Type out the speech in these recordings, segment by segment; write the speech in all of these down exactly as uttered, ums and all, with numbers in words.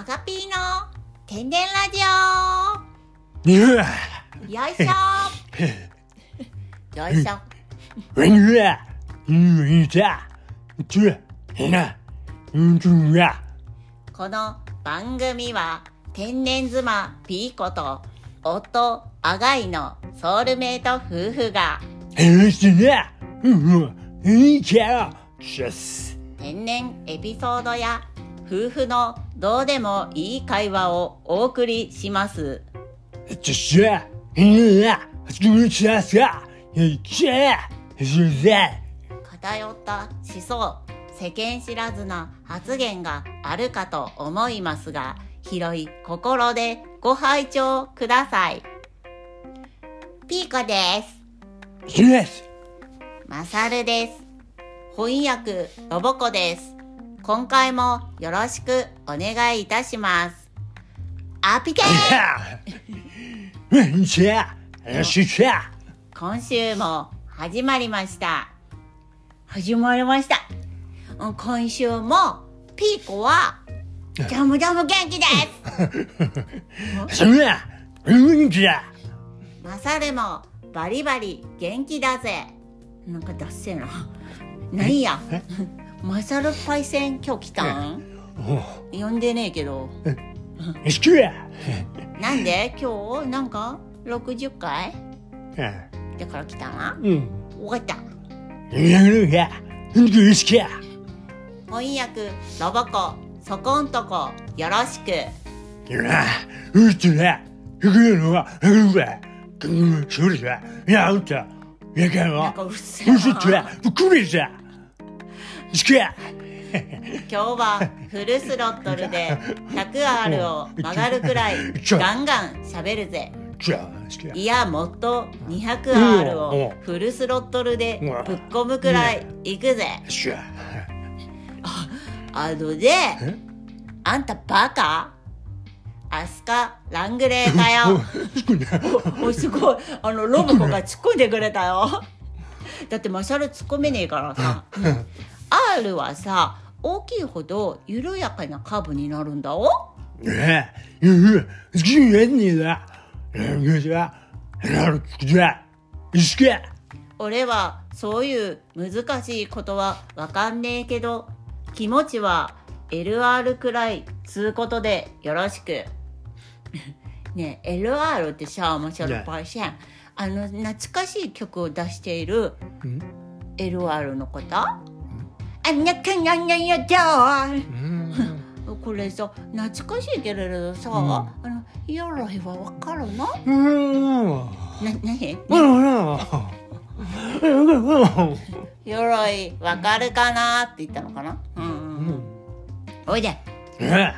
アガピーの天然ラジオよいしょよいしょこの番組は天然妻ピーコと夫アガイのソウルメイト夫婦が天然エピソードや夫婦のどうでもいい会話をお送りします。偏った思想、世間知らずな発言があるかと思いますが、広い心でご拝聴ください。ピーコです。マサルです。翻訳ロボコです。今回もよろしくお願いいたします。アピケー今週も始まりました。始まりました。今週もピーコはジャムジャム元気です。マサルもバリバリ元気だぜ。なんかダッセーな。何やマサルパイセン今日来たん？呼んでねえけど。なんで今日なんかろくじゅっかいだから来たな。分かった。翻訳ロボコそこんとこよろしく。なんかうっせえな。今日はフルスロットルで ひゃくアール を曲がるくらいガンガン喋るぜ。いやもっと にひゃくアール をフルスロットルでぶっ込むくらいいくぜ。あ, あのであんたバカアスカラングレーかよ。お, おすごいあのロボコが突っ込んでくれたよ。だってマサル突っ込めねえからさ。R はさ大きいほど緩やかなカーブになるんだお。俺はそういう難しいことはわかんねえけど気持ちは エルアール くらいつうことでよろしく。ねえ エルアール ってさマサルパイセンあの懐かしい曲を出している エルアール のことあんなかんなやだこれさ懐かしいけれどさ、うん、あの鎧はわかるの？な、なに？鎧わかるかなって言ったのかな？うんうんうん。おいで。何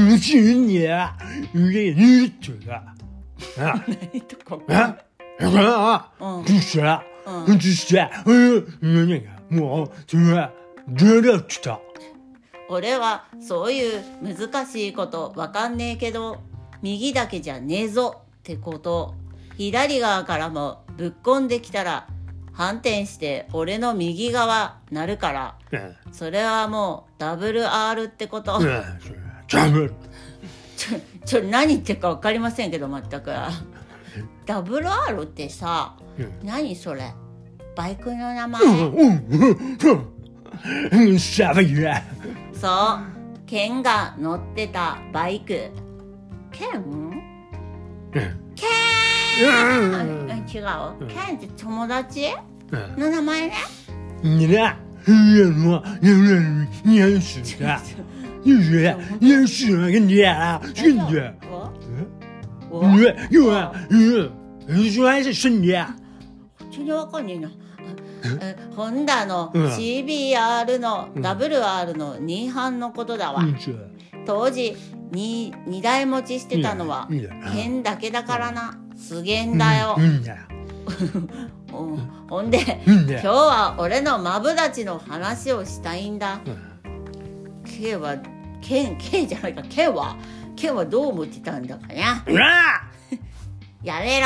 とか。俺はそういう難しいことわかんねえけど右だけじゃねえぞってこと左側からもぶっこんできたら反転して俺の右側なるからそれはもう ダブルアール ってことちょちょ何言ってるか分かりませんけど全くダブルアール ってさ何それバイクの名前そう、ケンが乗ってたバイク。ケン？ケン！違う。ケンって友達の名前ね。全然わかんねえな。ホンダの シービーアール の ダブルアール のに班のことだわ。当時 2, 2台持ちしてたのはケンだけだからな。すげえんだよ。ほんで今日は俺のマブダチの話をしたいんだ。ケンはケンケンじゃないかケンはケンはどう思ってたんだかな。やめろ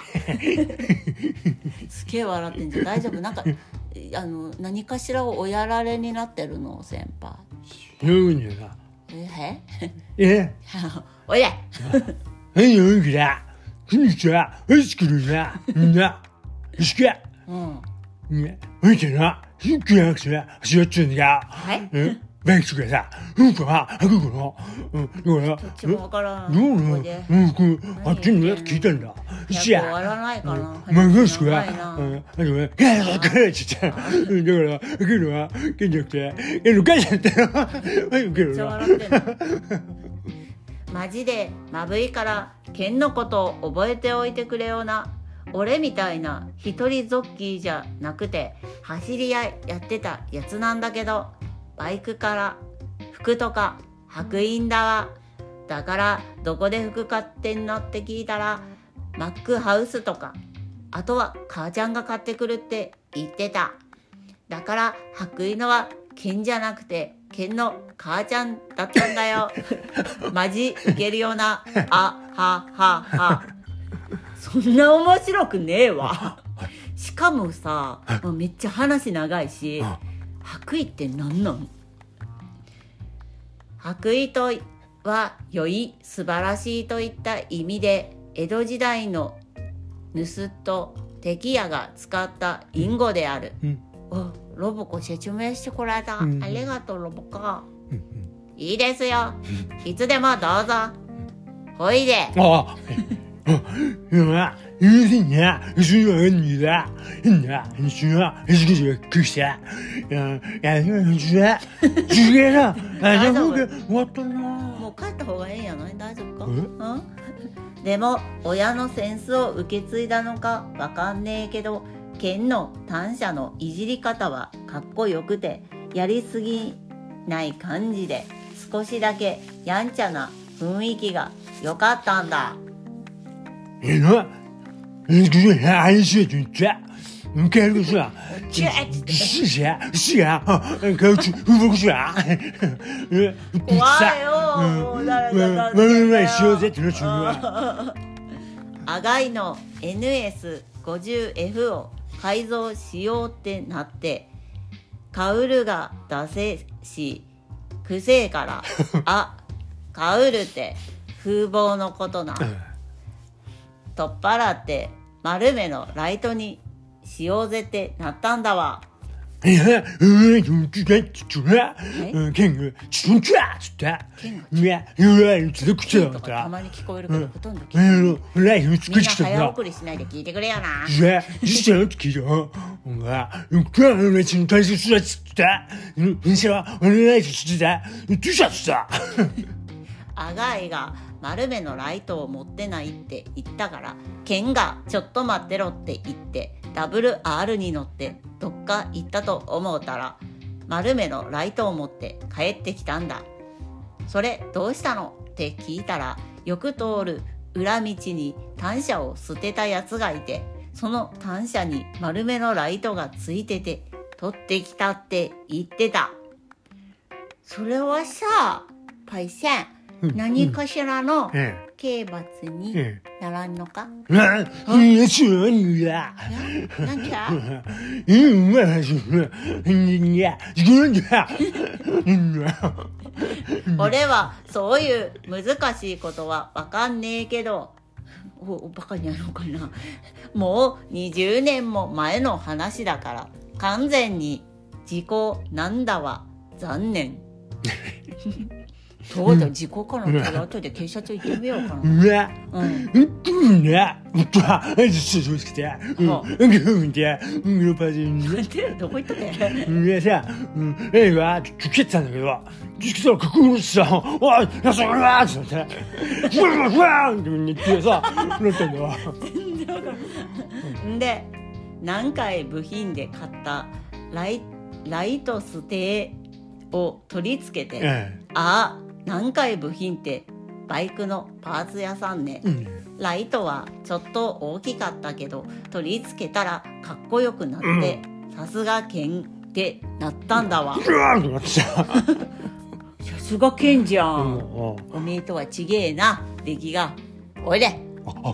すげえ笑ってんじゃん。大丈夫？なんかあの何かしらをおやられになってるの先輩。 ええおいではいよいくらこんにちはアイスクリームなみんなよしかねおいてなヒンクやなくて走っちゃうんだよはいバイクとかさうんこは吐くかなうんだからどっちもわからんどうなのうんこあっちのやつ聞いたんだよく終わらないかなまあどうすか長いなあとねガーッガーッちゃっただから受けるのはけんじゃなくてえのかじゃったよはい受けるめっちゃの笑ってんのマジでまぶいからケンのことを覚えておいてくれよな。俺みたいな一人ゾッキーじゃなくて走り屋やってたやつなんだけど、バイクから服とか履くいんだわ。だからどこで服買ってんのって聞いたらマックハウスとか、あとは母ちゃんが買ってくるって言ってた。だから履くいのはケンじゃなくてケンの母ちゃんだったんだよマジウケるよな。あはははそんな面白くねえわしかもさ、もうめっちゃ話長いし、白衣って何なん？白衣とは良い、素晴らしいといった意味で、江戸時代の盗人敵屋が使った隠語である、うん、おロボコ説明してこられた、うん、ありがとうロボコ、うん、いいですよいつでもどうぞほいでああ有些年是有个女的，那你说是个可啥？嗯，然后你说，是个啥？哎，那个我懂了。 もう帰った方がいいんやない？大丈夫か？うん？でも親のセンスを受け継いだのかわかんねえけど、ケンの短射のいじり方はかっこよくて、やりすぎない感じで少しだけやんちゃな雰囲気が良かったんだ。 えな？你这人还是真假？你干个啥？是啥？是啊，搞去不不是啊？ 怖いよ。アガイの エヌエスごじゅうエフ を改造しようってなって、カウルが出せし、くせえから、あ、カウルって風貌のことな。取っ払って丸目のライトにしようぜってなったんだわ。 いや、うん、うん、ちゅら、ちゅら、うん、ケンが、ちゅんちゅら、つった。いや、うわ、うちの口だった。 たまに聞こえるけど、ほとんど聞こえない。みんな早送りしないで聞いてくれよな。 いや、実際の聞いた。お前、うん、今日のうちに大切だっつった。うん、にしろ、お願いしてた。どうしたっつった。 アガイが丸目のライトを持ってないって言ったから、ケンがちょっと待ってろって言ってダブル アール に乗ってどっか行ったと思ったら、丸目のライトを持って帰ってきたんだ。それどうしたのって聞いたら、よく通る裏道に単車を捨てたやつがいて、その単車に丸目のライトがついてて取ってきたって言ってた。それはさ、パイセン、何かしらの刑罰にならんのか？ いや、そうにや。 なんちゃ？ うん、まあ、そう。いや、そうじゃ。 俺はそういう難しいことはわかんねえけど、お、バカにやろうかな。もうにじゅうねんも前の話だから、完全に時効なんだわ。残念。そうだ、時効かなって後で警察行ってみようかな。 うわ、うん、うん、ね、うわ、あいつそうそうして、うん、うん、で、うん、パジン。 どこ行ったね。 いやさ、うん、ええわ、ちょっと来てたんだけど、実際ここにさ、おい、やそれはって言って、ふわふわって言ってさ、なったんだわ。全然わかん。で、何回部品で買ったライライトステーを取り付けて、ええ、ああ。何回部品ってバイクのパーツ屋さんね、うん、ライトはちょっと大きかったけど取り付けたらかっこよくなってさすがケンってなったんだわ。さすがケンじゃん、うん、おめえとはちげえな出来が。おいで。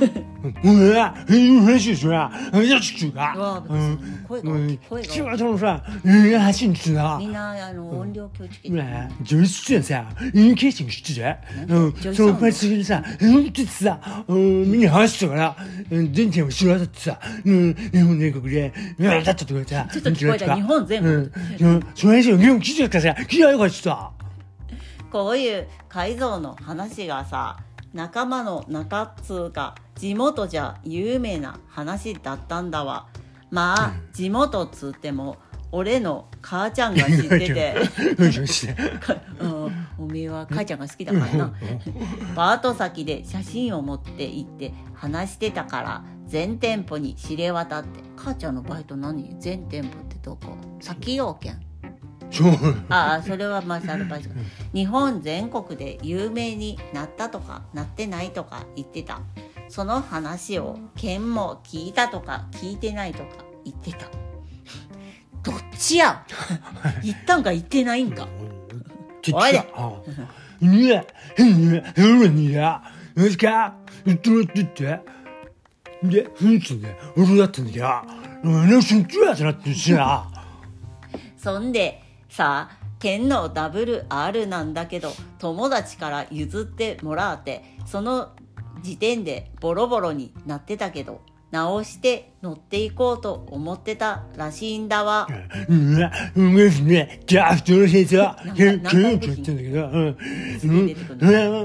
俺啊，很喜欢啊，要吃啊。 わあ、 嗯声が大きい、声が这大きい。 玩意儿是，人家姓吃啊み。んなあの音量気をつけて。 来，就是现在，你开心是这，嗯，从快吃的啥，嗯，这次啊，嗯，明年好死了，嗯，今天我吃了这次啊，嗯，然后那个人，嗯，他这这这， ちょっと聞こえた。日本全嗯部。 嗯，所以说你用记者干啥？记者要快吃啊。 こういう改造の話がさ、仲間の中っつうか地元じゃ有名な話だったんだわ。まあ地元っつっても俺の母ちゃんが知っててかうん、おめえは母ちゃんが好きだからな。バート先で写真を持って行って話してたから全店舗に知れ渡って。母ちゃんのバイト何？全店舗ってどこ？先用券。ああ、それはマーシャルバイト。日本全国で有名になったとかなってないとか言ってた。その話をケンも聞いたとか聞いてないとか言ってた。どっちや言ったんか言ってないんか。おいで你你有你呀？我看你多对对，你很真的，我说真的呀，那是主要是那东西啊。 そんでさあ、ケンの ダブルアール なんだけど友達から譲ってもらってその時点でボロボロになってたけど直して乗っていこうと思ってたらしいんだわ。 うん、我是ね、じゃあ普通の先生は、けん、けんを取ってんだけど、うん、うん、うん、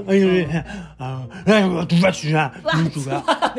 あいや、あの、なんか、どばちな、うんとか。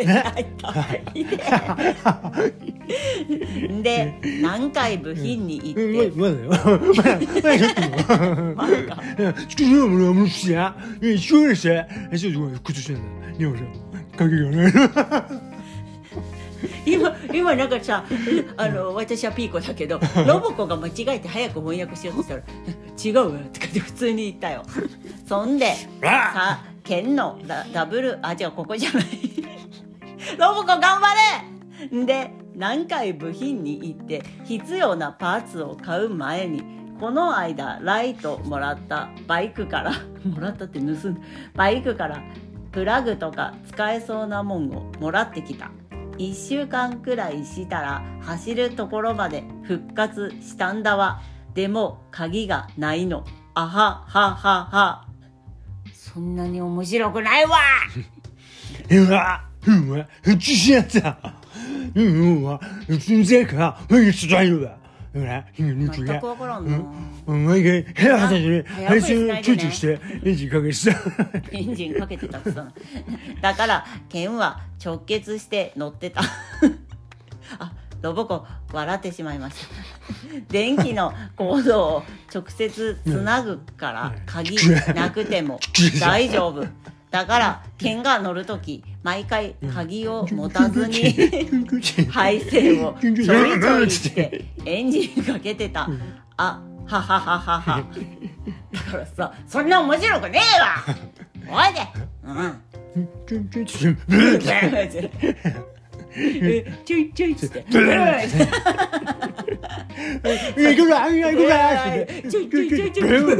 で、何回部品に行って。 まだよ。まだ、まだちょっと。まだか。作るのも無視や。一人して、ちょっと靴してんだ。でもさ、かけがない。 今, 今なんかさあの私はピーコだけどロボコが間違えて早く翻訳しようとしたら違うわとかって普通に言ったよ。そんでさケンのダブルあ違うここじゃないロボコ頑張れで何回部品に行って必要なパーツを買う前にこの間ライトもらったバイクからもらったって盗んだバイクからプラグとか使えそうなもんをもらってきた。いっしゅうかんくらいしたら走るところまで復活したんだわ。でも鍵がないの。あはははは。そんなに面白くないわ。 うわ、うわ、自信あった。うわ、全然か、いつだよ。ほら、 全くわからんな。 うん、毎回部屋片手に配信集中してエンジンかけてた。 エンジンかけてたってさ。だからケンは直結して乗ってた。あ、ロボコ笑ってしまいました。電気のコードを直接つなぐから鍵なくても大丈夫。だからケンが乗るとき毎回鍵を持たずに配線をちょいちょいしてエンジンかけてた。あ、ははははは。だからさ、そんな面白くねえわ。おいで。うん。ちょいちょいちょいちょいって。いくらいくらちょいちょいちょいちょい。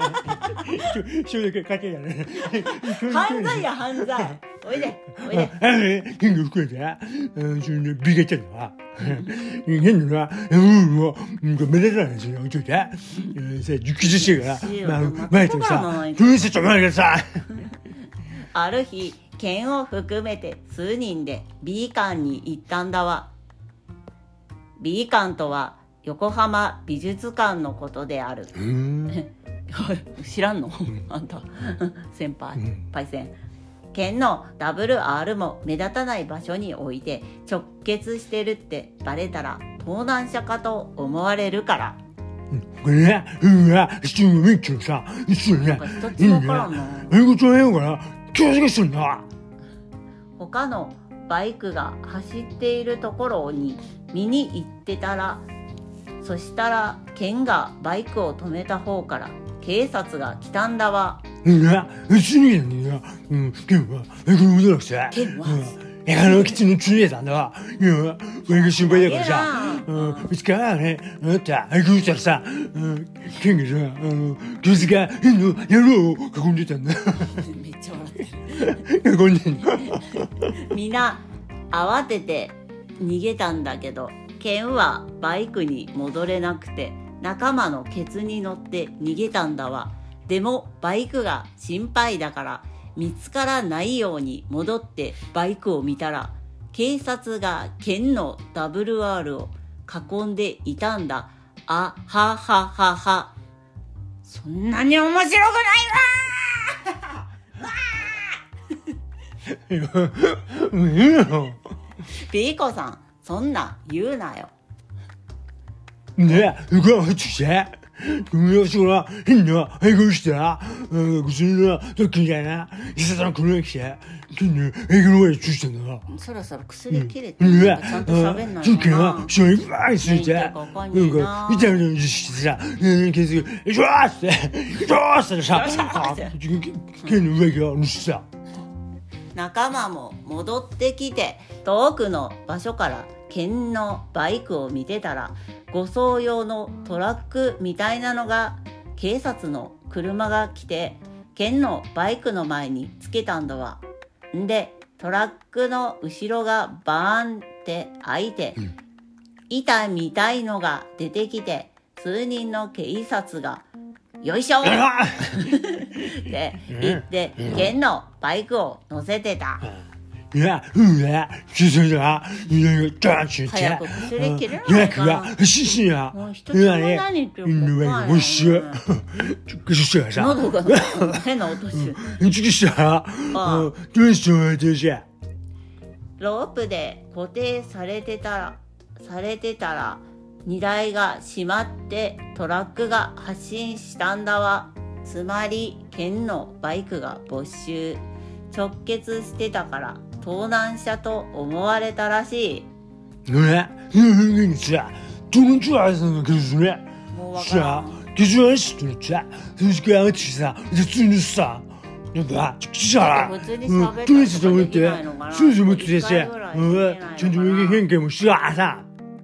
犯罪や犯罪。おいでおいで。 変が膨れて、それでビゲちゃうのは。変なのは、もう目立たないですよ。ちょいで。さ、熟知してから、まあ前とさ、風船ちょっと待ってください。 ある日。ケンを含めて数人で B 館に行ったんだわ。B 館とは横浜美術館のことである。知らんのあんた先輩パイセン。ケンの ダブルアール も目立たない場所に置いて直結してるってバレたら盗難者かと思われるから。 これね、うわ、普通の免許さ、一緒ね。 一つもわからんの。 英語と英語から。 他のバイクが走っているところに見に行ってたら、そしたらケンがバイクを止めた方から警察が来たんだわ。 いや、うちにいるんだよ。うん、ケンは、これ驚くさ。 ケンは、 내가 너 기침을 주의해산다. 왜 이렇게 신발이 가자? 어, 미치가 해. 자, 아이고 잘사. 어, ken기자. 어, 교수가 너 여로 그거 됐네. めっちゃ笑ってる。 그거 니. みんな慌てて逃げたんだけど、ケンはバイクに戻れなくて仲間のケツに乗って逃げたんだわ。でもバイクが心配だから見つからないように戻ってバイクを見たら、警察がケンの ダブリューアール を囲んでいたんだ。あはははは。そんなに面白くないわーピーコさん、そんな言うなよ。 ねえ、うがちしゃ。君はそら変な愛好した。薬の時じゃな。いささんこのきゃ。君の愛好は注したんだ。 そろそろ薬切れてるからちゃんと喋んないとな。 そっか、しょいばいすぎて。なんか痛いのにしてさ、結局、よいしょーって、よいしょーってさ、剣の上がぬしさ。 仲間も戻ってきて、遠くの場所からケンのバイクを見てたら、護送用のトラックみたいなのが、警察の車が来てケンのバイクの前につけたんだわ。んでトラックの後ろがバーンって開いて、うん、板みたいのが出てきて、数人の警察がよいしょって言ってケンのバイクを乗せてた。 いや、うわ、きついな、いやいや、ダンチ早く薬切れないかな。 やくが、ししや。 もう一つも何言ってるか分からない。 おいしい。ちょっとしたらさ。 喉が変な音してる。ちょっとしたら、どうしてもらってじゃ。 ロープで固定されてたら、されてたら、荷台が閉まってトラックが発進したんだわ。つまり、ケンのバイクが没収。直結してたから盗難車と思われたらしい。 ねえ、你这都能做还是能干什么？是啊，就是俺是都这，就是这样子噻，这真的是啊，对吧？就是啊，嗯，对是这么的，是什么这些？嗯，全都一个変化もしあさ。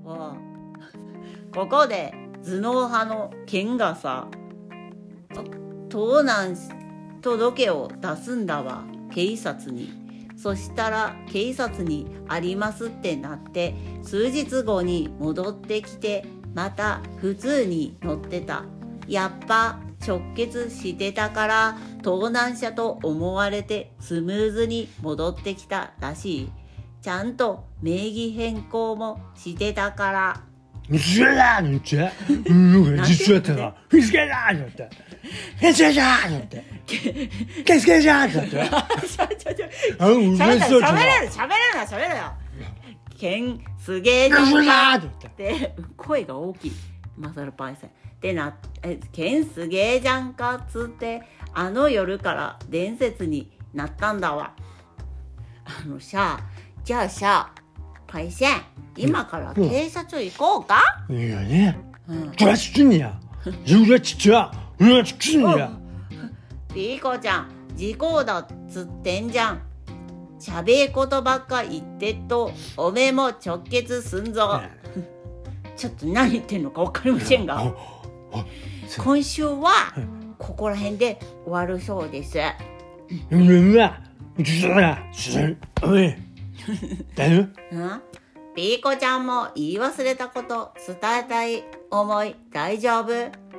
ここで頭脳派のケンがさ、盗難届を出すんだわ。警察に。そしたら警察にありますってなって、数日後に戻ってきてまた普通に乗ってた。やっぱ直結してたから盗難車と思われてスムーズに戻ってきたらしい。ちゃんと名義変更もしてたから。 你学啦，你学，嗯，你学的了，你学啦，你的，你学啦，你的，干什么呀？你的， あの、しゃべれる、しゃべれる、しゃべれるな、しゃべれるよ。ケンすげえじゃんかって声が大きい。マサルパイセンでな、え、ケンすげえじゃんかっつってあの夜から伝説になったんだわ。あのさ、じゃあさ。パイセン、今から警察行こうか？ いやね。そりゃちにや。そりゃちっちゃ。そりゃちにや。 ピーコちゃん、事故だっつってんじゃん。しゃべえことばっか言ってっと、おめえも直結すんぞ。ちょっと何言ってんのか分かりませんが、今週はここら辺で終わるそうです。 うわ、実は、おい。だよ。 うん？ピーコちゃんも言い忘れたこと伝えたい思い大丈夫？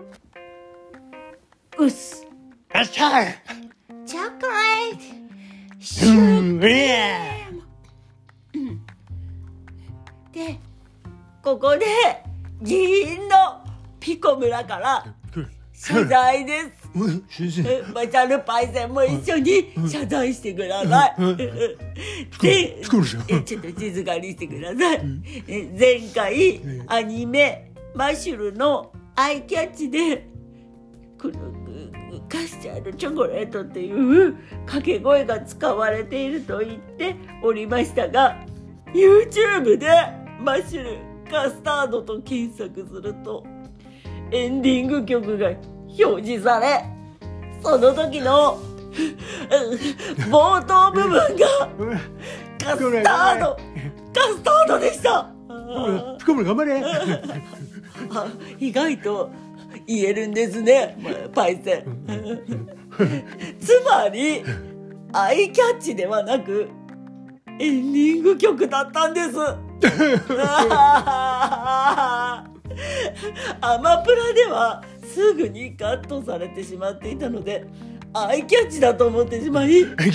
うっす。 あっしゃい。 チョコレート。シュークリーム。で、ここで議員のピコ村から謝罪です。マサルパイセンも一緒に謝罪してください。で、ちょっと静かにしてください。前回アニメマッシュルのアイキャッチでこのカスタードチョコレートっていう掛け声が使われていると言っておりましたが、 YouTube でマッシュルカスタードと検索するとエンディング曲が表示され、その時の冒頭部分がカスタードカスタードでした。 深村頑張れ。 あ、意外と言えるんですね、パイセン。つまりアイキャッチではなくエンディング曲だったんです。アマプラではすぐにカットされてしまっていたのでアイキャッチだと思ってしまい、間違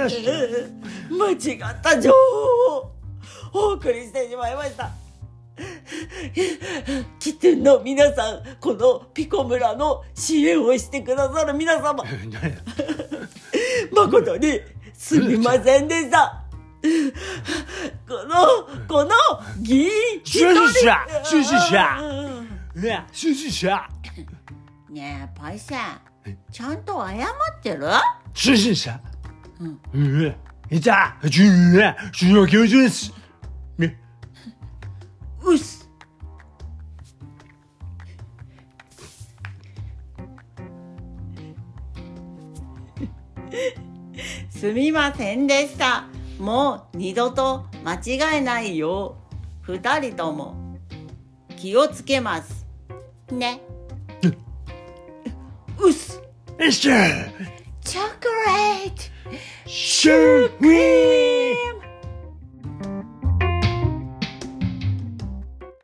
った情報をお送りしてしまいました。キテンの皆さん、このピコ村の支援をしてくださる皆様、誠にすみませんでした。このこの議員一人、 シュシシャねえシュシシャねえパイセン、ちゃんと謝ってる？ シュシシャうんいたジュージュー教授ですね。 うっす。すみませんでした。もう二度と間違えないよう二人とも気をつけますね。うっす。 チョコレートシュークリーム